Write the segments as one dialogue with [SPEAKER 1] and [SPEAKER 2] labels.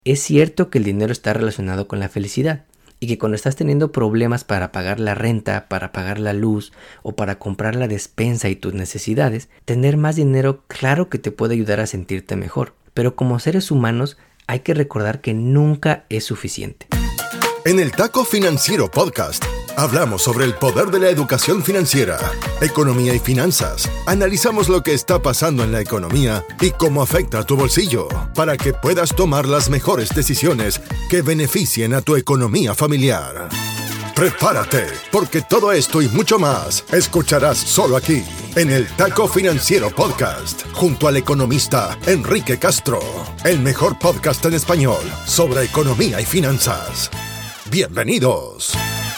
[SPEAKER 1] Es cierto que el dinero está relacionado con la felicidad y que cuando estás teniendo problemas para pagar la renta, para pagar la luz o para comprar la despensa y tus necesidades, tener más dinero claro que te puede ayudar a sentirte mejor. Pero como seres humanos hay que recordar que nunca es suficiente.
[SPEAKER 2] En el Taco Financiero Podcast hablamos sobre el poder de la educación financiera, economía y finanzas. Analizamos lo que está pasando en la economía y cómo afecta a tu bolsillo para que puedas tomar las mejores decisiones que beneficien a tu economía familiar. Prepárate, porque todo esto y mucho más escucharás solo aquí, en el Taco Financiero Podcast, junto al economista Enrique Castro, el mejor podcast en español sobre economía y finanzas. ¡Bienvenidos!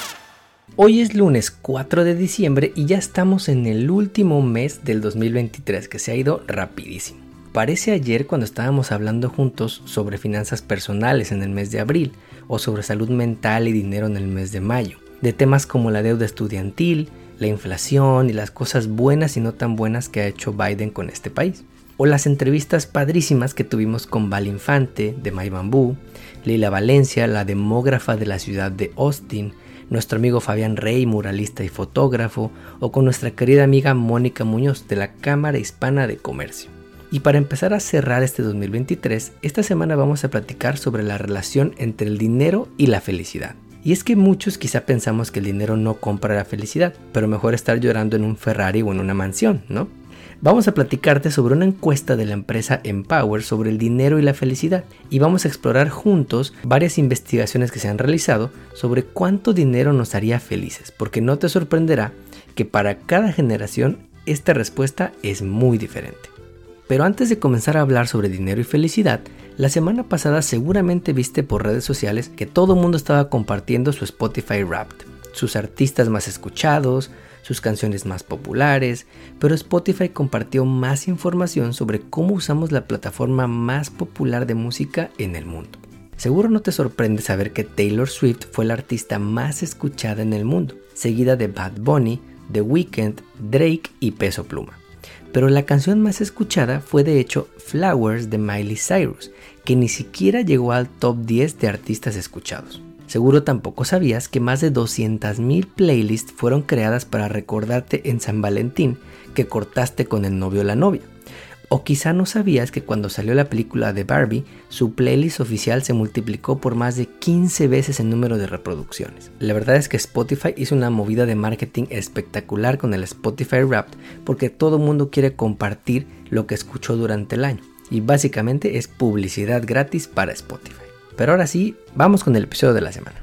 [SPEAKER 1] Hoy es lunes 4 de diciembre y ya estamos en el último mes del 2023, que se ha ido rapidísimo. Parece ayer cuando estábamos hablando juntos sobre finanzas personales en el mes de abril, o sobre salud mental y dinero en el mes de mayo, de temas como la deuda estudiantil, la inflación y las cosas buenas y no tan buenas que ha hecho Biden con este país. O las entrevistas padrísimas que tuvimos con Val Infante, de My Bamboo, Leila Valencia, la demógrafa de la ciudad de Austin, nuestro amigo Fabián Rey, muralista y fotógrafo, o con nuestra querida amiga Mónica Muñoz, de la Cámara Hispana de Comercio. Y para empezar a cerrar este 2023, esta semana vamos a platicar sobre la relación entre el dinero y la felicidad. Y es que muchos quizá pensamos que el dinero no compra la felicidad, pero mejor estar llorando en un Ferrari o en una mansión, ¿no? Vamos a platicarte sobre una encuesta de la empresa Empower sobre el dinero y la felicidad, y vamos a explorar juntos varias investigaciones que se han realizado sobre cuánto dinero nos haría felices, porque no te sorprenderá que para cada generación esta respuesta es muy diferente. Pero antes de comenzar a hablar sobre dinero y felicidad, la semana pasada seguramente viste por redes sociales que todo el mundo estaba compartiendo su Spotify Wrapped, sus artistas más escuchados, sus canciones más populares, pero Spotify compartió más información sobre cómo usamos la plataforma más popular de música en el mundo. Seguro no te sorprende saber que Taylor Swift fue la artista más escuchada en el mundo, seguida de Bad Bunny, The Weeknd, Drake y Peso Pluma. Pero la canción más escuchada fue de hecho Flowers de Miley Cyrus, que ni siquiera llegó al top 10 de artistas escuchados. Seguro tampoco sabías que más de 200,000 playlists fueron creadas para recordarte en San Valentín que cortaste con el novio o la novia. O quizá no sabías que cuando salió la película de Barbie, su playlist oficial se multiplicó por más de 15 veces el número de reproducciones. La verdad es que Spotify hizo una movida de marketing espectacular con el Spotify Wrapped porque todo el mundo quiere compartir lo que escuchó durante el año. Y básicamente es publicidad gratis para Spotify. Pero ahora sí, vamos con el episodio de la semana.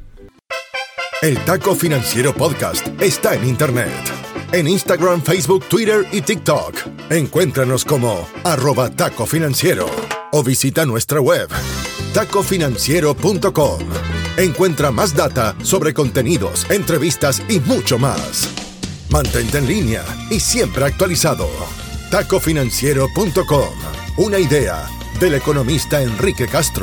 [SPEAKER 2] El Taco Financiero Podcast está en internet. En Instagram, Facebook, Twitter y TikTok. Encuéntranos como @tacofinanciero o visita nuestra web tacofinanciero.com. Encuentra más data sobre contenidos, entrevistas y mucho más. Mantente en línea y siempre actualizado. tacofinanciero.com. Una idea del economista Enrique Castro.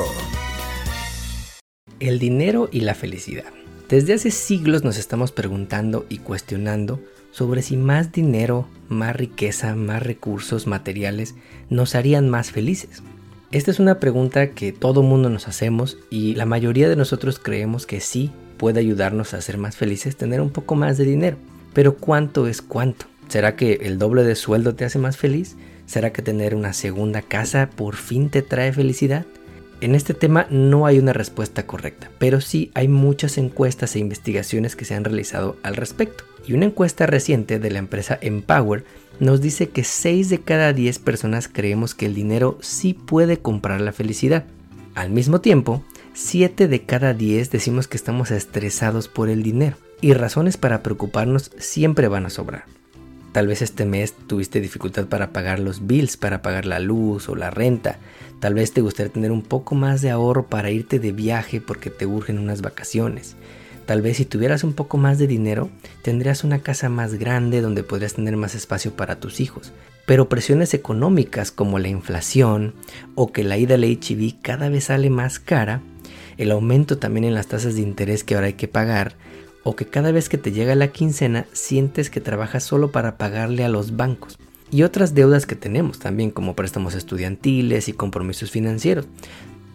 [SPEAKER 1] El dinero y la felicidad. Desde hace siglos nos estamos preguntando y cuestionando sobre si más dinero, más riqueza, más recursos materiales nos harían más felices. Esta es una pregunta que todo mundo nos hacemos y la mayoría de nosotros creemos que sí puede ayudarnos a ser más felices tener un poco más de dinero. Pero ¿cuánto es cuánto? ¿Será que el doble de sueldo te hace más feliz? ¿Será que tener una segunda casa por fin te trae felicidad? En este tema no hay una respuesta correcta, pero sí hay muchas encuestas e investigaciones que se han realizado al respecto. Y una encuesta reciente de la empresa Empower nos dice que 6 de cada 10 personas creemos que el dinero sí puede comprar la felicidad. Al mismo tiempo, 7 de cada 10 decimos que estamos estresados por el dinero y razones para preocuparnos siempre van a sobrar. Tal vez este mes tuviste dificultad para pagar los bills, para pagar la luz o la renta. Tal vez te gustaría tener un poco más de ahorro para irte de viaje porque te urgen unas vacaciones. Tal vez si tuvieras un poco más de dinero, tendrías una casa más grande donde podrías tener más espacio para tus hijos. Pero presiones económicas como la inflación o que la ida al H-E-B cada vez sale más cara, el aumento también en las tasas de interés que ahora hay que pagar, o que cada vez que te llega la quincena sientes que trabajas solo para pagarle a los bancos. Y otras deudas que tenemos también como préstamos estudiantiles y compromisos financieros.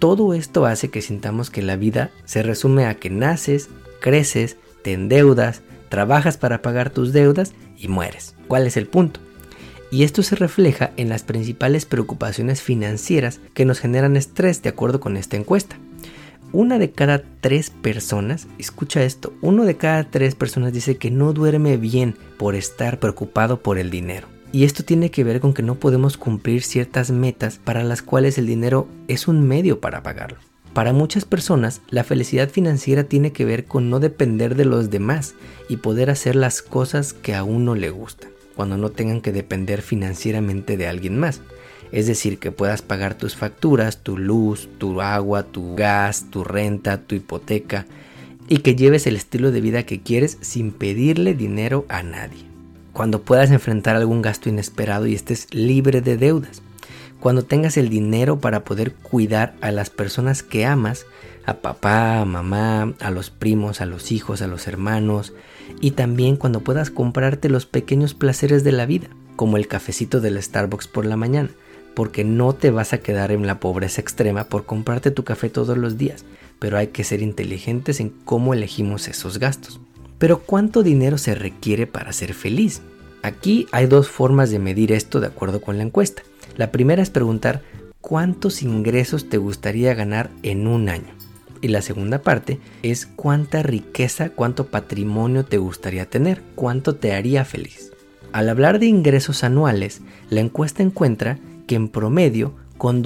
[SPEAKER 1] Todo esto hace que sintamos que la vida se resume a que naces, creces, te endeudas, trabajas para pagar tus deudas y mueres. ¿Cuál es el punto? Y esto se refleja en las principales preocupaciones financieras que nos generan estrés de acuerdo con esta encuesta. 1 de cada 3 personas, escucha esto, 1 de cada 3 personas dice que no duerme bien por estar preocupado por el dinero. Y esto tiene que ver con que no podemos cumplir ciertas metas para las cuales el dinero es un medio para pagarlo. Para muchas personas, la felicidad financiera tiene que ver con no depender de los demás y poder hacer las cosas que a uno le gustan, cuando no tengan que depender financieramente de alguien más. Es decir, que puedas pagar tus facturas, tu luz, tu agua, tu gas, tu renta, tu hipoteca y que lleves el estilo de vida que quieres sin pedirle dinero a nadie. Cuando puedas enfrentar algún gasto inesperado y estés libre de deudas. Cuando tengas el dinero para poder cuidar a las personas que amas, a papá, a mamá, a los primos, a los hijos, a los hermanos. Y también cuando puedas comprarte los pequeños placeres de la vida, como el cafecito del Starbucks por la mañana, porque no te vas a quedar en la pobreza extrema por comprarte tu café todos los días, pero hay que ser inteligentes en cómo elegimos esos gastos. Pero ¿cuánto dinero se requiere para ser feliz? Aquí hay 2 formas de medir esto de acuerdo con la encuesta. La primera es preguntar ¿cuántos ingresos te gustaría ganar en un año? Y la segunda parte es ¿cuánta riqueza, cuánto patrimonio te gustaría tener? ¿Cuánto te haría feliz? Al hablar de ingresos anuales, la encuesta encuentra que en promedio con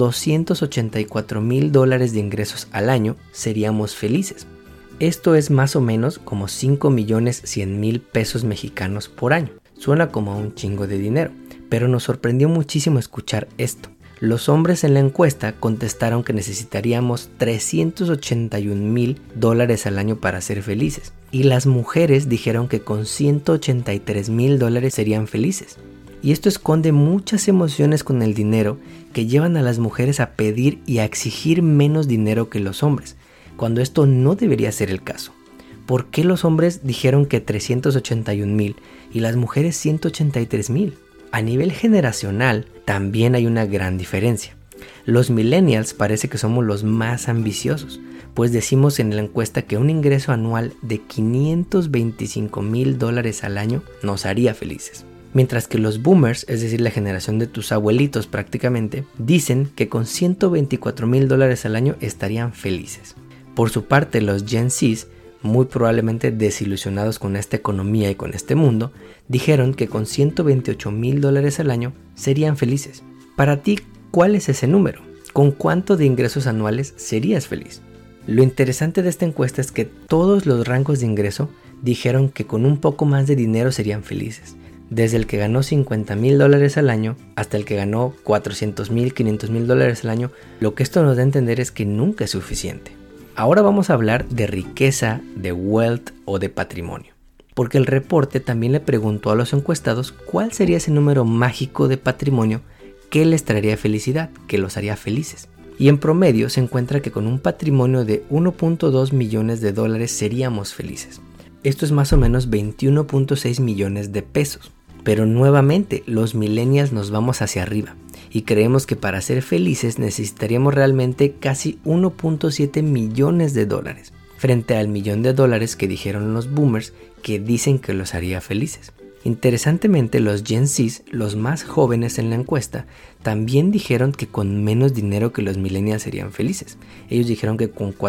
[SPEAKER 1] $284,000 de ingresos al año seríamos felices. Esto es más o menos como 5,100,000 pesos mexicanos por año. Suena como un chingo de dinero, pero nos sorprendió muchísimo escuchar esto. Los hombres en la encuesta contestaron que necesitaríamos $381,000 al año para ser felices. Y las mujeres dijeron que con $183,000 serían felices. Y esto esconde muchas emociones con el dinero que llevan a las mujeres a pedir y a exigir menos dinero que los hombres, cuando esto no debería ser el caso. ¿Por qué los hombres dijeron que 381,000 y las mujeres 183,000? A nivel generacional también hay una gran diferencia. Los millennials parece que somos los más ambiciosos, pues decimos en la encuesta que un ingreso anual de $525,000 al año nos haría felices. Mientras que los boomers, es decir, la generación de tus abuelitos prácticamente, dicen que con $124,000 al año estarían felices. Por su parte, los Gen Zs, muy probablemente desilusionados con esta economía y con este mundo, dijeron que con $128,000 al año serían felices. Para ti, ¿cuál es ese número? ¿Con cuánto de ingresos anuales serías feliz? Lo interesante de esta encuesta es que todos los rangos de ingreso dijeron que con un poco más de dinero serían felices. Desde el que ganó $50,000 al año hasta el que ganó $400,000, $500,000 al año, lo que esto nos da a entender es que nunca es suficiente. Ahora vamos a hablar de riqueza, de wealth o de patrimonio, porque el reporte también le preguntó a los encuestados cuál sería ese número mágico de patrimonio que les traería felicidad, que los haría felices. Y en promedio se encuentra que con un patrimonio de $1.2 millones seríamos felices. Esto es más o menos 21.6 millones de pesos. Pero nuevamente los millennials nos vamos hacia arriba y creemos que para ser felices necesitaríamos realmente casi 1.7 millones de dólares frente al millón de dólares que dijeron los boomers que dicen que los haría felices. Interesantemente, los Gen Z, los más jóvenes en la encuesta, también dijeron que con menos dinero que los millennials serían felices. Ellos dijeron que con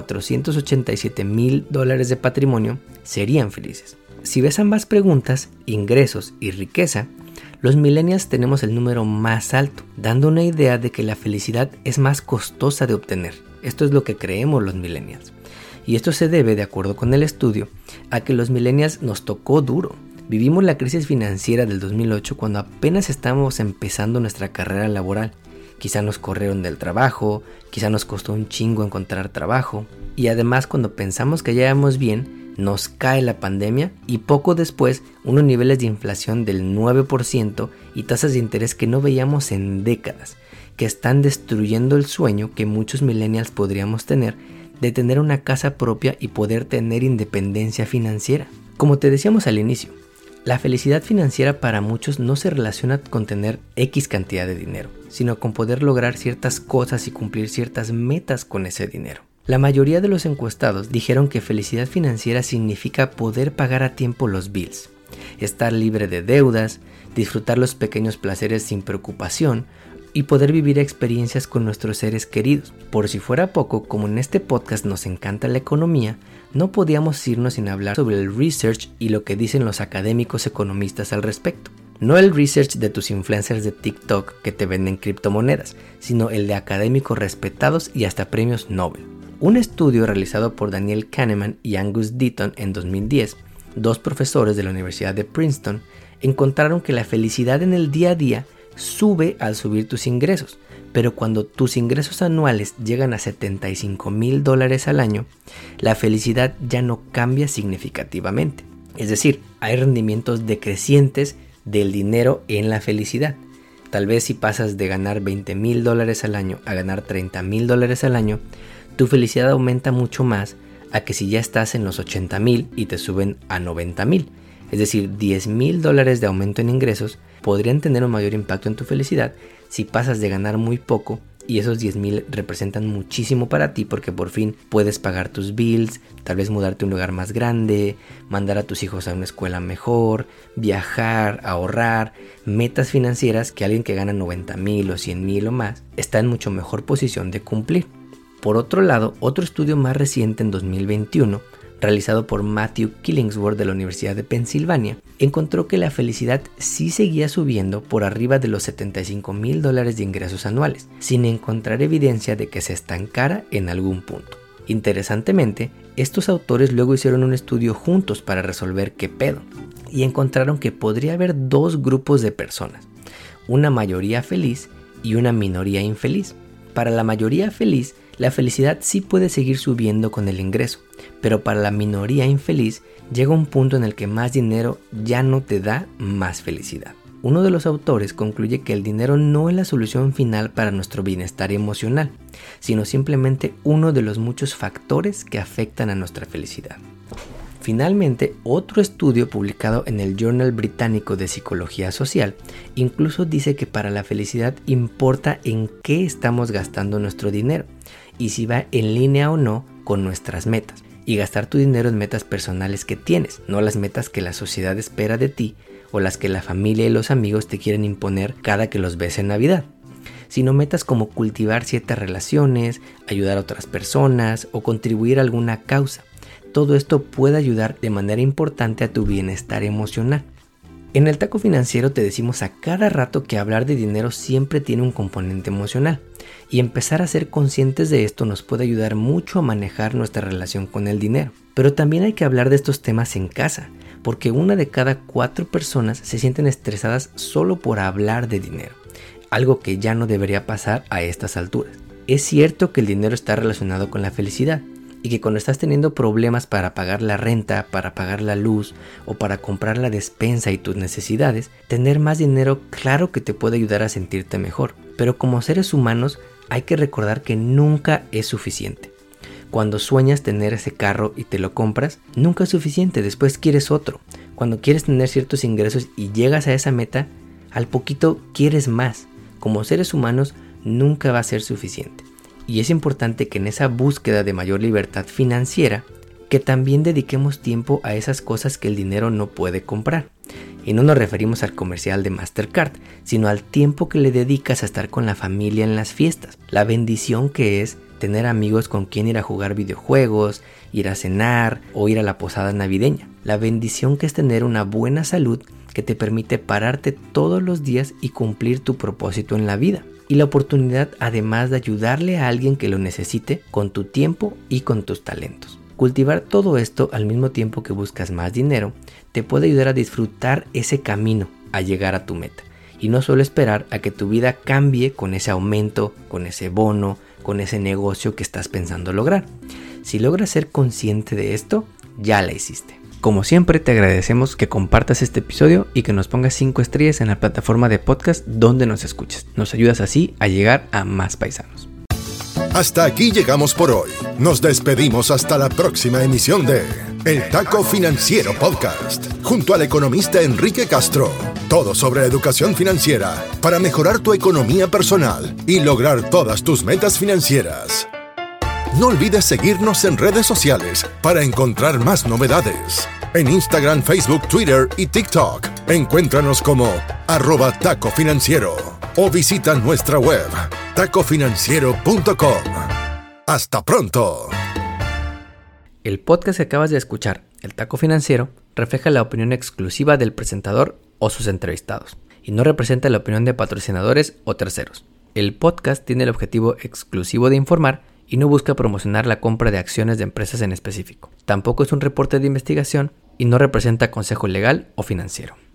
[SPEAKER 1] $487,000 de patrimonio serían felices. Si ves ambas preguntas, ingresos y riqueza, los millennials tenemos el número más alto, dando una idea de que la felicidad es más costosa de obtener. Esto es lo que creemos los millennials. Y esto se debe, de acuerdo con el estudio, a que los millennials nos tocó duro. Vivimos la crisis financiera del 2008 cuando apenas estábamos empezando nuestra carrera laboral. Quizá nos corrieron del trabajo, quizá nos costó un chingo encontrar trabajo. Y además, cuando pensamos que ya íbamos bien, nos cae la pandemia y poco después unos niveles de inflación del 9% y tasas de interés que no veíamos en décadas, que están destruyendo el sueño que muchos millennials podríamos tener de tener una casa propia y poder tener independencia financiera. Como te decíamos al inicio, La felicidad financiera para muchos no se relaciona con tener X cantidad de dinero, sino con poder lograr ciertas cosas y cumplir ciertas metas con ese dinero. La mayoría de los encuestados dijeron que felicidad financiera significa poder pagar a tiempo los bills, estar libre de deudas, disfrutar los pequeños placeres sin preocupación y poder vivir experiencias con nuestros seres queridos. Por si fuera poco, como en este podcast nos encanta la economía, no podíamos irnos sin hablar sobre el research y lo que dicen los académicos economistas al respecto. No el research de tus influencers de TikTok que te venden criptomonedas, sino el de académicos respetados y hasta premios Nobel. Un estudio realizado por Daniel Kahneman y Angus Deaton en 2010, dos profesores de la Universidad de Princeton, encontraron que la felicidad en el día a día sube al subir tus ingresos, pero cuando tus ingresos anuales llegan a $75,000 al año, la felicidad ya no cambia significativamente. Es decir, hay rendimientos decrecientes del dinero en la felicidad. Tal vez si pasas de ganar $20,000 al año a ganar $30,000 al año, tu felicidad aumenta mucho más a que si ya estás en los $80,000 y te suben a $90,000. Es decir, $10,000 de aumento en ingresos podrían tener un mayor impacto en tu felicidad si pasas de ganar muy poco y esos $10,000 representan muchísimo para ti porque por fin puedes pagar tus bills, tal vez mudarte a un lugar más grande, mandar a tus hijos a una escuela mejor, viajar, ahorrar, metas financieras que alguien que gana $90,000 o $100,000 o más está en mucho mejor posición de cumplir. Por otro lado, otro estudio más reciente en 2021, realizado por Matthew Killingsworth de la Universidad de Pensilvania, encontró que la felicidad sí seguía subiendo por arriba de los $75,000 de ingresos anuales, sin encontrar evidencia de que se estancara en algún punto. Interesantemente, estos autores luego hicieron un estudio juntos para resolver qué pedo, y encontraron que podría haber dos grupos de personas, una mayoría feliz y una minoría infeliz. Para la mayoría feliz, la felicidad sí puede seguir subiendo con el ingreso, pero para la minoría infeliz llega un punto en el que más dinero ya no te da más felicidad. Uno de los autores concluye que el dinero no es la solución final para nuestro bienestar emocional, sino simplemente uno de los muchos factores que afectan a nuestra felicidad. Finalmente, otro estudio publicado en el Journal Británico de Psicología Social incluso dice que para la felicidad importa en qué estamos gastando nuestro dinero y si va en línea o no con nuestras metas. Y gastar tu dinero en metas personales que tienes, no las metas que la sociedad espera de ti o las que la familia y los amigos te quieren imponer cada que los ves en Navidad, sino metas como cultivar ciertas relaciones, ayudar a otras personas o contribuir a alguna causa. Todo esto puede ayudar de manera importante a tu bienestar emocional. En el Taco Financiero te decimos a cada rato que hablar de dinero siempre tiene un componente emocional y empezar a ser conscientes de esto nos puede ayudar mucho a manejar nuestra relación con el dinero. Pero también hay que hablar de estos temas en casa, porque 1 de cada 4 personas se sienten estresadas solo por hablar de dinero, algo que ya no debería pasar a estas alturas. Es cierto que el dinero está relacionado con la felicidad, y que cuando estás teniendo problemas para pagar la renta, para pagar la luz o para comprar la despensa y tus necesidades, tener más dinero claro que te puede ayudar a sentirte mejor. Pero como seres humanos hay que recordar que nunca es suficiente. Cuando sueñas tener ese carro y te lo compras, nunca es suficiente, después quieres otro. Cuando quieres tener ciertos ingresos y llegas a esa meta, al poquito quieres más. Como seres humanos nunca va a ser suficiente. Y es importante que en esa búsqueda de mayor libertad financiera, que también dediquemos tiempo a esas cosas que el dinero no puede comprar. Y no nos referimos al comercial de Mastercard, sino al tiempo que le dedicas a estar con la familia en las fiestas. La bendición que es tener amigos con quien ir a jugar videojuegos, ir a cenar o ir a la posada navideña. La bendición que es tener una buena salud que te permite pararte todos los días y cumplir tu propósito en la vida. Y la oportunidad además de ayudarle a alguien que lo necesite con tu tiempo y con tus talentos. Cultivar todo esto al mismo tiempo que buscas más dinero te puede ayudar a disfrutar ese camino a llegar a tu meta y no solo esperar a que tu vida cambie con ese aumento, con ese bono, con ese negocio que estás pensando lograr. Si logras ser consciente de esto, ya la hiciste. Como siempre te agradecemos que compartas este episodio y que nos pongas 5 estrellas en la plataforma de podcast donde nos escuches. Nos ayudas así a llegar a más paisanos.
[SPEAKER 2] Hasta aquí llegamos por hoy. Nos despedimos hasta la próxima emisión de El Taco Financiero Podcast, junto al economista Enrique Castro. Todo sobre educación financiera para mejorar tu economía personal y lograr todas tus metas financieras. No olvides seguirnos en redes sociales para encontrar más novedades. En Instagram, Facebook, Twitter y TikTok, encuéntranos como @tacofinanciero o visita nuestra web tacofinanciero.com. ¡Hasta pronto!
[SPEAKER 1] El podcast que acabas de escuchar, El Taco Financiero, refleja la opinión exclusiva del presentador o sus entrevistados y no representa la opinión de patrocinadores o terceros. El podcast tiene el objetivo exclusivo de informar y no busca promocionar la compra de acciones de empresas en específico. Tampoco es un reporte de investigación y no representa consejo legal o financiero.